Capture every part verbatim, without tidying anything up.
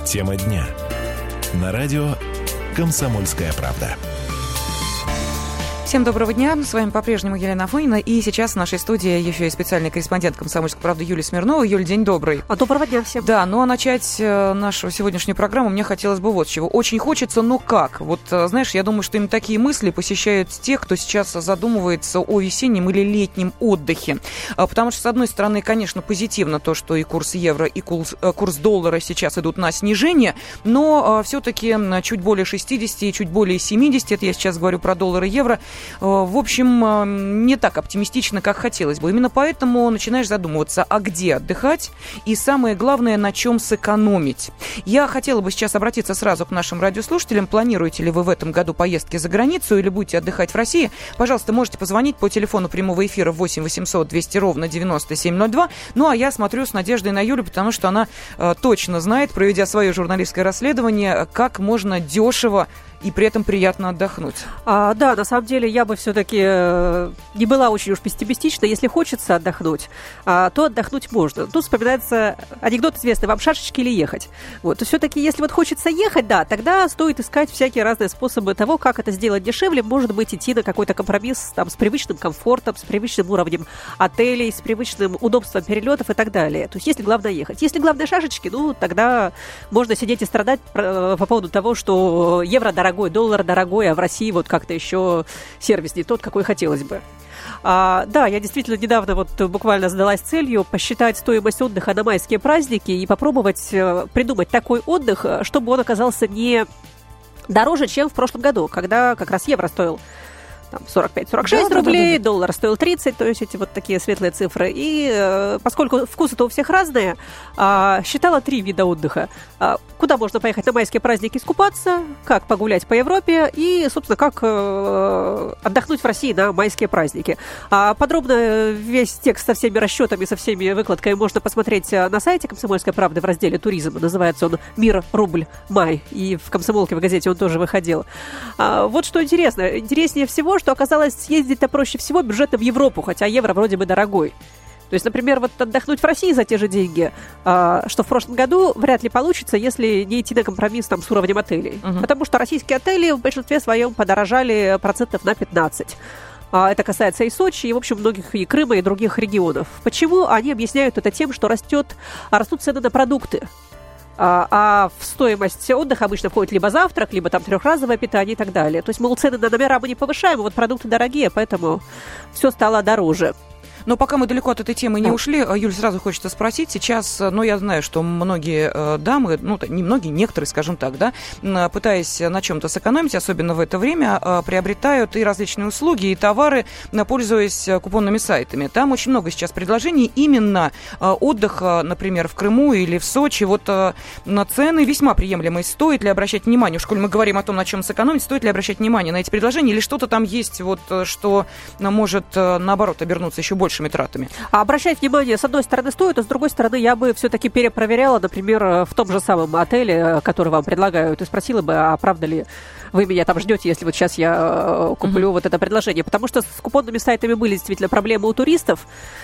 Тема дня. На радио «Комсомольская правда». Всем доброго дня. С вами по-прежнему Елена Афонина. И сейчас в нашей студии еще и специальный корреспондент «Комсомольской правды» Юлия Смирнова. Юль, день добрый. А доброго дня всем. Да, ну а начать нашу сегодняшнюю программу мне хотелось бы вот чего. Очень хочется, но как? Вот, знаешь, я думаю, что именно такие мысли посещают тех, кто сейчас задумывается о весеннем или летнем отдыхе. Потому что, с одной стороны, конечно, позитивно то, что и курс евро, и курс, курс доллара сейчас идут на снижение, но все-таки чуть более шестьдесят и чуть более семьдесят, это я сейчас говорю про доллар и евро, в общем, не так оптимистично, как хотелось бы. Именно поэтому начинаешь задумываться, а где отдыхать и, самое главное, на чем сэкономить. Я хотела бы сейчас обратиться сразу к нашим радиослушателям. Планируете ли вы в этом году поездки за границу или будете отдыхать в России? Пожалуйста, можете позвонить по телефону прямого эфира восемь восемьсот двести ровно девяносто семь ноль два. Ну, а я смотрю с надеждой на Юлю, потому что она э, точно знает, проведя свое журналистское расследование, как можно дешево и при этом приятно отдохнуть. А, да, на самом деле я бы все-таки э, не была очень уж пессимистична. Если хочется отдохнуть, а, то отдохнуть можно. Тут вспоминается анекдот известный: вам шашечки или ехать? Вот. То все-таки, если вот хочется ехать, да, тогда стоит искать всякие разные способы того, как это сделать дешевле. Может быть, идти на какой-то компромисс там, с привычным комфортом, с привычным уровнем отелей, с привычным удобством перелетов и так далее. То есть, если главное ехать. Если главное шашечки, ну, тогда можно сидеть и страдать по поводу того, что евро дорого, доллар дорогой, а в России вот как-то еще сервис не тот, какой хотелось бы. А, да, я действительно недавно вот буквально задалась целью посчитать стоимость отдыха на майские праздники и попробовать э, придумать такой отдых, чтобы он оказался не дороже, чем в прошлом году, когда как раз евро стоил там сорок пять сорок шесть да, рублей, да, да, да. Доллар стоил тридцать, то есть эти вот такие светлые цифры. И э, поскольку вкусы-то у всех разные, э, считала три вида отдыха. Э, куда можно поехать на майские праздники искупаться, как погулять по Европе и, собственно, как э, отдохнуть в России на майские праздники. А подробно весь текст со всеми расчетами, со всеми выкладками можно посмотреть на сайте «Комсомольской правды» в разделе «Туризм». Называется он «Мир, рубль, май». И в «Комсомолке» в газете он тоже выходил. А, вот что интересно. Интереснее всего, что оказалось, съездить-то проще всего бюджетно в Европу, хотя евро вроде бы дорогой. То есть, например, вот отдохнуть в России за те же деньги, а, что в прошлом году вряд ли получится, если не идти на компромисс там, с уровнем отелей. Uh-huh. Потому что российские отели в большинстве своем подорожали процентов на пятнадцать. А, это касается и Сочи, и, в общем, многих и Крыма, и других регионов. Почему? Они объясняют это тем, что растет, растут цены на продукты. А в стоимость отдыха обычно входит либо завтрак, либо там трехразовое питание и так далее. То есть, мол, цены на номера мы не повышаем, а вот продукты дорогие, поэтому все стало дороже. Но пока мы далеко от этой темы не да. ушли, Юль, сразу хочется спросить. Сейчас, ну, я знаю, что многие э, дамы, ну, не многие, некоторые, скажем так, да, пытаясь на чем-то сэкономить, особенно в это время, э, приобретают и различные услуги, и товары, э, пользуясь купонными сайтами. Там очень много сейчас предложений именно э, отдыха, например, в Крыму или в Сочи. Вот э, на цены весьма приемлемые. Стоит ли обращать внимание, уж коль мы говорим о том, на чем сэкономить, стоит ли обращать внимание на эти предложения, или что-то там есть, вот, что может, наоборот, обернуться еще больше тратами. А обращать внимание, с одной стороны, стоит, а с другой стороны, я бы все-таки перепроверяла, например, в том же самом отеле, который вам предлагают, и спросила бы, а правда ли вы меня там ждете, если вот сейчас я куплю mm-hmm. вот это предложение. Потому что с купонными сайтами были действительно проблемы у туристов.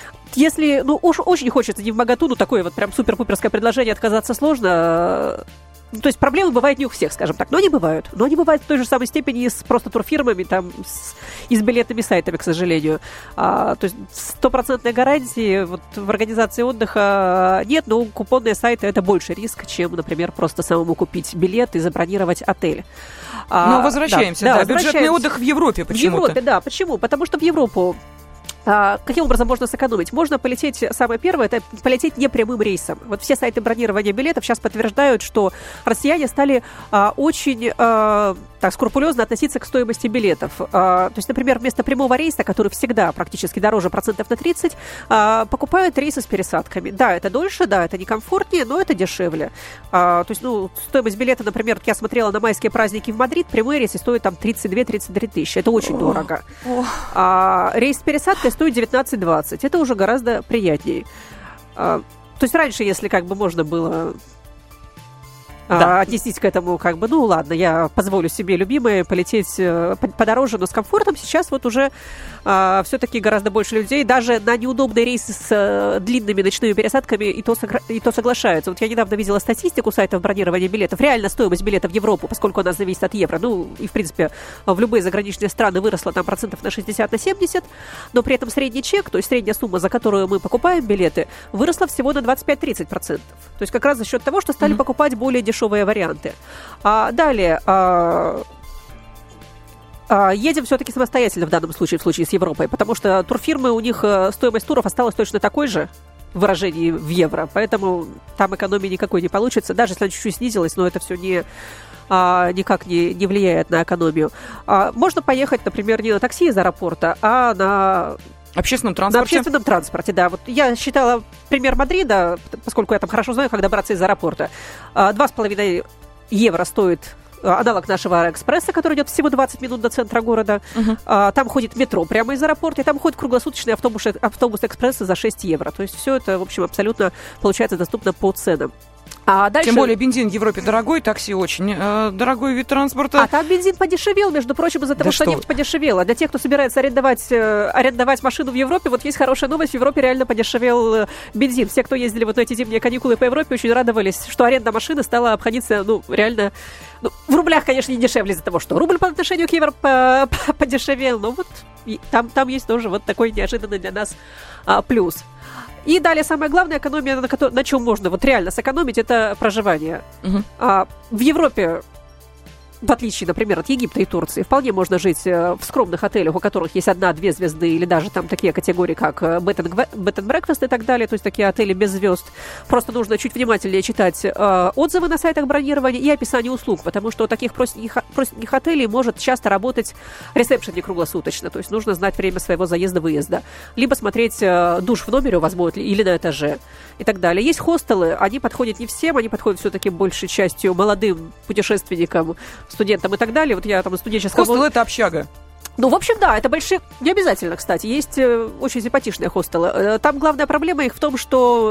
Если, ну, уж очень хочется не в моготу, ну, такое вот прям супер-пуперское предложение, отказаться сложно. То есть проблемы бывают не у всех, скажем так, но они бывают. Но они бывают в той же самой степени с просто турфирмами, там, с, и с билетными сайтами, к сожалению. А, то есть стопроцентной гарантии вот, в организации отдыха нет, но купонные сайты – это больше риск, чем, например, просто самому купить билет и забронировать отель. А, но возвращаемся, да, да, да бюджетный отдых в Европе почему-то. В Европе, да, почему? Потому что в Европу А, каким образом можно сэкономить? Можно полететь, самое первое, это полететь непрямым рейсом. Вот все сайты бронирования билетов сейчас подтверждают, что россияне стали а, очень а, так, скрупулезно относиться к стоимости билетов. А, то есть, например, вместо прямого рейса, который всегда практически дороже процентов на тридцать, а, покупают рейсы с пересадками. Да, это дольше, да, это некомфортнее, но это дешевле. А, то есть, ну, стоимость билета, например, я смотрела на майские праздники в Мадрид, прямой рейс стоит там тридцать две - тридцать три тысячи. Это очень О, дорого. О. А, рейс с пересадкой стоит девятнадцать - двадцать. Это уже гораздо приятнее. А, то есть раньше, если как бы можно было да. а, отнестись к этому как бы, ну ладно, я позволю себе, любимые, полететь э, подороже, но с комфортом. Сейчас вот уже э, все-таки гораздо больше людей даже на неудобные рейсы с э, длинными ночными пересадками и то, согра- и то соглашаются. Вот я недавно видела статистику сайтов бронирования билетов. Реально стоимость билета в Европу, поскольку она зависит от евро, ну и в принципе в любые заграничные страны выросла там процентов на шестьдесят, на семьдесят, но при этом средний чек, то есть средняя сумма, за которую мы покупаем билеты, выросла всего на двадцать пять-тридцать процентов. То есть как раз за счет того, что стали mm-hmm. покупать более дешевые варианты. А, далее, а, а, едем все-таки самостоятельно в данном случае, в случае с Европой, потому что турфирмы, у них стоимость туров осталась точно такой же в выражении в евро, поэтому там экономии никакой не получится, даже если она чуть-чуть снизилась, но это все не... А, никак не, не влияет на экономию. А, можно поехать, например, не на такси из аэропорта, а на... Общественном транспорте? На общественном транспорте, да. Вот я считала пример Мадрида, поскольку я там хорошо знаю, как добраться из аэропорта. Два с половиной евро стоит аналог нашего Аэроэкспресса, который идет всего двадцать минут до центра города. Uh-huh. Там ходит метро прямо из аэропорта, и там ходит круглосуточный автобус, автобус экспресса за шесть евро. То есть все это, в общем, абсолютно получается доступно по ценам. А дальше... Тем более бензин в Европе дорогой, такси очень э, дорогой вид транспорта. А там бензин подешевел, между прочим, из-за того, да что, что нефть подешевела. Для тех, кто собирается арендовать, э, арендовать машину в Европе, вот есть хорошая новость, в Европе реально подешевел э, бензин. Все, кто ездили вот на эти зимние каникулы по Европе, очень радовались, что аренда машины стала обходиться, ну, реально... Ну, в рублях, конечно, не дешевле из-за того, что рубль по отношению к евро подешевел, но вот там, там есть тоже вот такой неожиданный для нас а, плюс. И далее самая главная экономия, на, ко- на чем можно вот реально сэкономить, это проживание. Угу. А, в Европе, в отличие, например, от Египта и Турции, вполне можно жить в скромных отелях, у которых есть одна-две звезды, или даже там такие категории, как bed and breakfast и так далее, то есть такие отели без звезд. Просто нужно чуть внимательнее читать э, отзывы на сайтах бронирования и описание услуг, потому что у таких простеньких, простеньких отелей может часто работать ресепшн круглосуточно, то есть нужно знать время своего заезда-выезда. Либо смотреть э, душ в номере у вас будет или на этаже и так далее. Есть хостелы, они подходят не всем, они подходят все-таки большей частью молодым путешественникам, студентам и так далее. Вот я там из студенческого... Хостел — это общага. Ну, в общем, да, это большие... Не обязательно, кстати. Есть э, очень симпатичные хостелы. Э, там главная проблема их в том,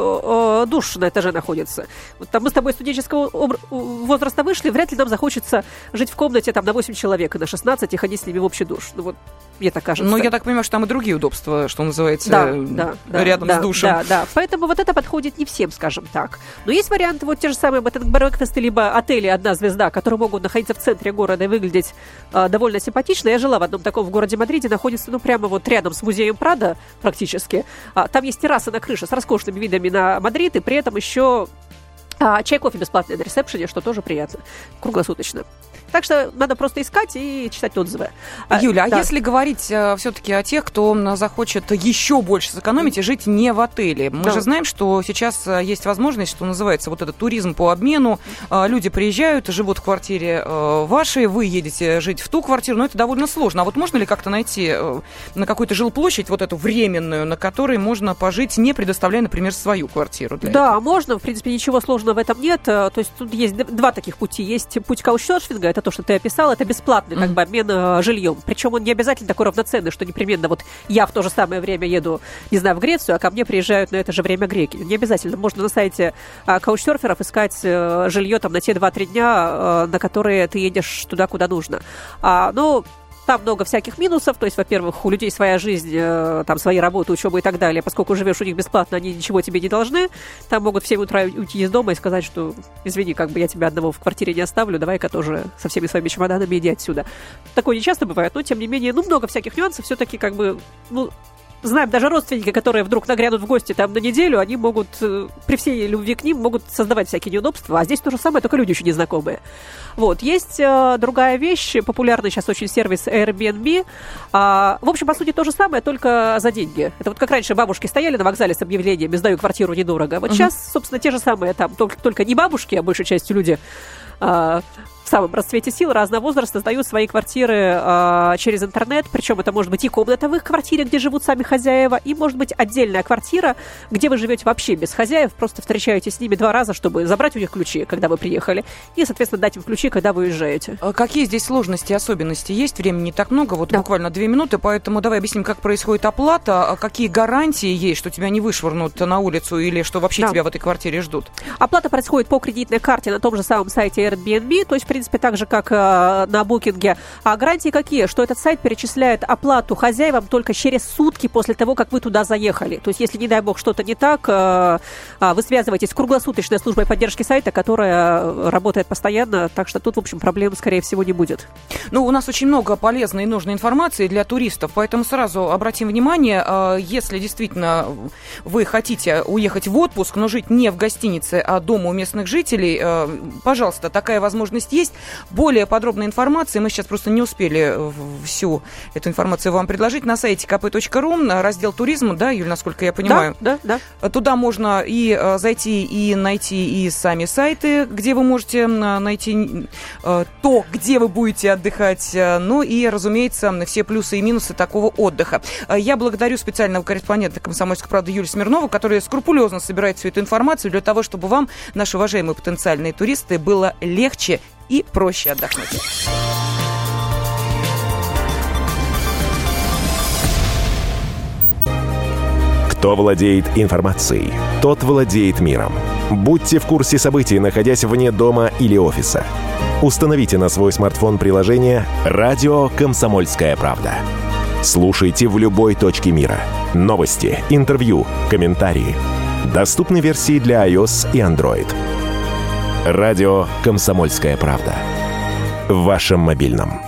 что э, душ на этаже находится. Вот там мы с тобой студенческого об... возраста вышли, вряд ли нам захочется жить в комнате там на восемь человек и на шестнадцать и ходить с ними в общий душ. Ну, вот, мне так кажется. Но я так понимаю, что там и другие удобства, что называется, да, да, да, рядом да, с душем. Да, да. Поэтому вот это подходит не всем, скажем так. Но есть варианты, вот те же самые bed and breakfast, либо отели «Одна звезда», которые могут находиться в центре города и выглядеть э, довольно симпатично. Я жила в одном таком в городе Мадриде, находится, ну, прямо вот рядом с музеем Прадо практически. А, там есть терраса на крыше с роскошными видами на Мадрид, и при этом еще а, чай-кофе бесплатный на ресепшене, что тоже приятно, круглосуточно. Так что надо просто искать и читать отзывы. Юля, а да. если говорить а, все-таки о тех, кто захочет еще больше сэкономить и жить не в отеле? Мы да. же знаем, что сейчас есть возможность, что называется, вот этот туризм по обмену. А, люди приезжают, живут в квартире а, вашей, вы едете жить в ту квартиру, но это довольно сложно. А вот можно ли как-то найти а, на какую-то жилплощадь, вот эту временную, на которой можно пожить, не предоставляя, например, свою квартиру? Для да, этого? можно. В принципе, ничего сложного в этом нет. То есть тут есть два таких пути. Есть путь каучсерфинга, это то, что ты описал, это бесплатный mm-hmm. как бы обмен э, жильем. Причем он не обязательно такой равноценный, что непременно вот я в то же самое время еду, не знаю, в Грецию, а ко мне приезжают на это же время греки. Не обязательно. Можно на сайте э, каучсерферов искать э, жилье там на те два-три дня, э, на которые ты едешь туда, куда нужно. А, ну, там много всяких минусов, то есть, во-первых, у людей своя жизнь, э, там свои работы, учеба и так далее. Поскольку живешь у них бесплатно, они ничего тебе не должны. Там могут в семь утра уйти из дома и сказать, что, извини, как бы я тебя одного в квартире не оставлю, давай-ка тоже со всеми своими чемоданами иди отсюда. Такое не часто бывает, но, тем не менее, ну, много всяких нюансов. Все-таки, как бы, ну, знаем, даже родственники, которые вдруг нагрянут в гости там на неделю, они могут, при всей любви к ним, могут создавать всякие неудобства. А здесь то же самое, только люди еще незнакомые. Вот. Есть э, другая вещь, популярный сейчас очень сервис Airbnb. А, в общем, по сути, то же самое, только за деньги. Это вот как раньше бабушки стояли на вокзале с объявлениями «Сдаю квартиру недорого». Вот uh-huh. сейчас, собственно, те же самые там, только, только не бабушки, а большей частью люди а, в самом расцвете сил разного возраста сдают свои квартиры э, через интернет, причем это может быть и комната в их квартире, где живут сами хозяева, и может быть отдельная квартира, где вы живете вообще без хозяев, просто встречаетесь с ними два раза, чтобы забрать у них ключи, когда вы приехали, и, соответственно, дать им ключи, когда вы уезжаете. А какие здесь сложности и особенности есть? Времени не так много, вот да. буквально две минуты, поэтому давай объясним, как происходит оплата, какие гарантии есть, что тебя не вышвырнут на улицу или что вообще да. тебя в этой квартире ждут. Оплата происходит по кредитной карте на том же самом сайте Airbnb, то есть, в принципе, так же, как э, на букинге. А гарантии какие? Что этот сайт перечисляет оплату хозяевам только через сутки после того, как вы туда заехали. То есть, если, не дай бог, что-то не так, э, вы связываетесь с круглосуточной службой поддержки сайта, которая работает постоянно, так что тут, в общем, проблем, скорее всего, не будет. Ну, у нас очень много полезной и нужной информации для туристов, поэтому сразу обратим внимание, э, если действительно вы хотите уехать в отпуск, но жить не в гостинице, а дома у местных жителей, э, пожалуйста, такая возможность есть. Более подробной информации, мы сейчас просто не успели всю эту информацию вам предложить, на сайте ка пэ точка ру, раздел туризм, да, Юль, насколько я понимаю? Да, да, да. Туда можно и э, зайти, и найти и сами сайты, где вы можете найти э, то, где вы будете отдыхать, э, ну и, разумеется, все плюсы и минусы такого отдыха. Я благодарю специального корреспондента «Комсомольской правды» Юлию Смирнову, которая скрупулезно собирает всю эту информацию для того, чтобы вам, наши уважаемые потенциальные туристы, было легче и проще отдохнуть. Кто владеет информацией, тот владеет миром. Будьте в курсе событий, находясь вне дома или офиса. Установите на свой смартфон приложение «Радио Комсомольская правда». Слушайте в любой точке мира. Новости, интервью, комментарии. Доступны версии для iOS и Android. Радио «Комсомольская правда». В вашем мобильном.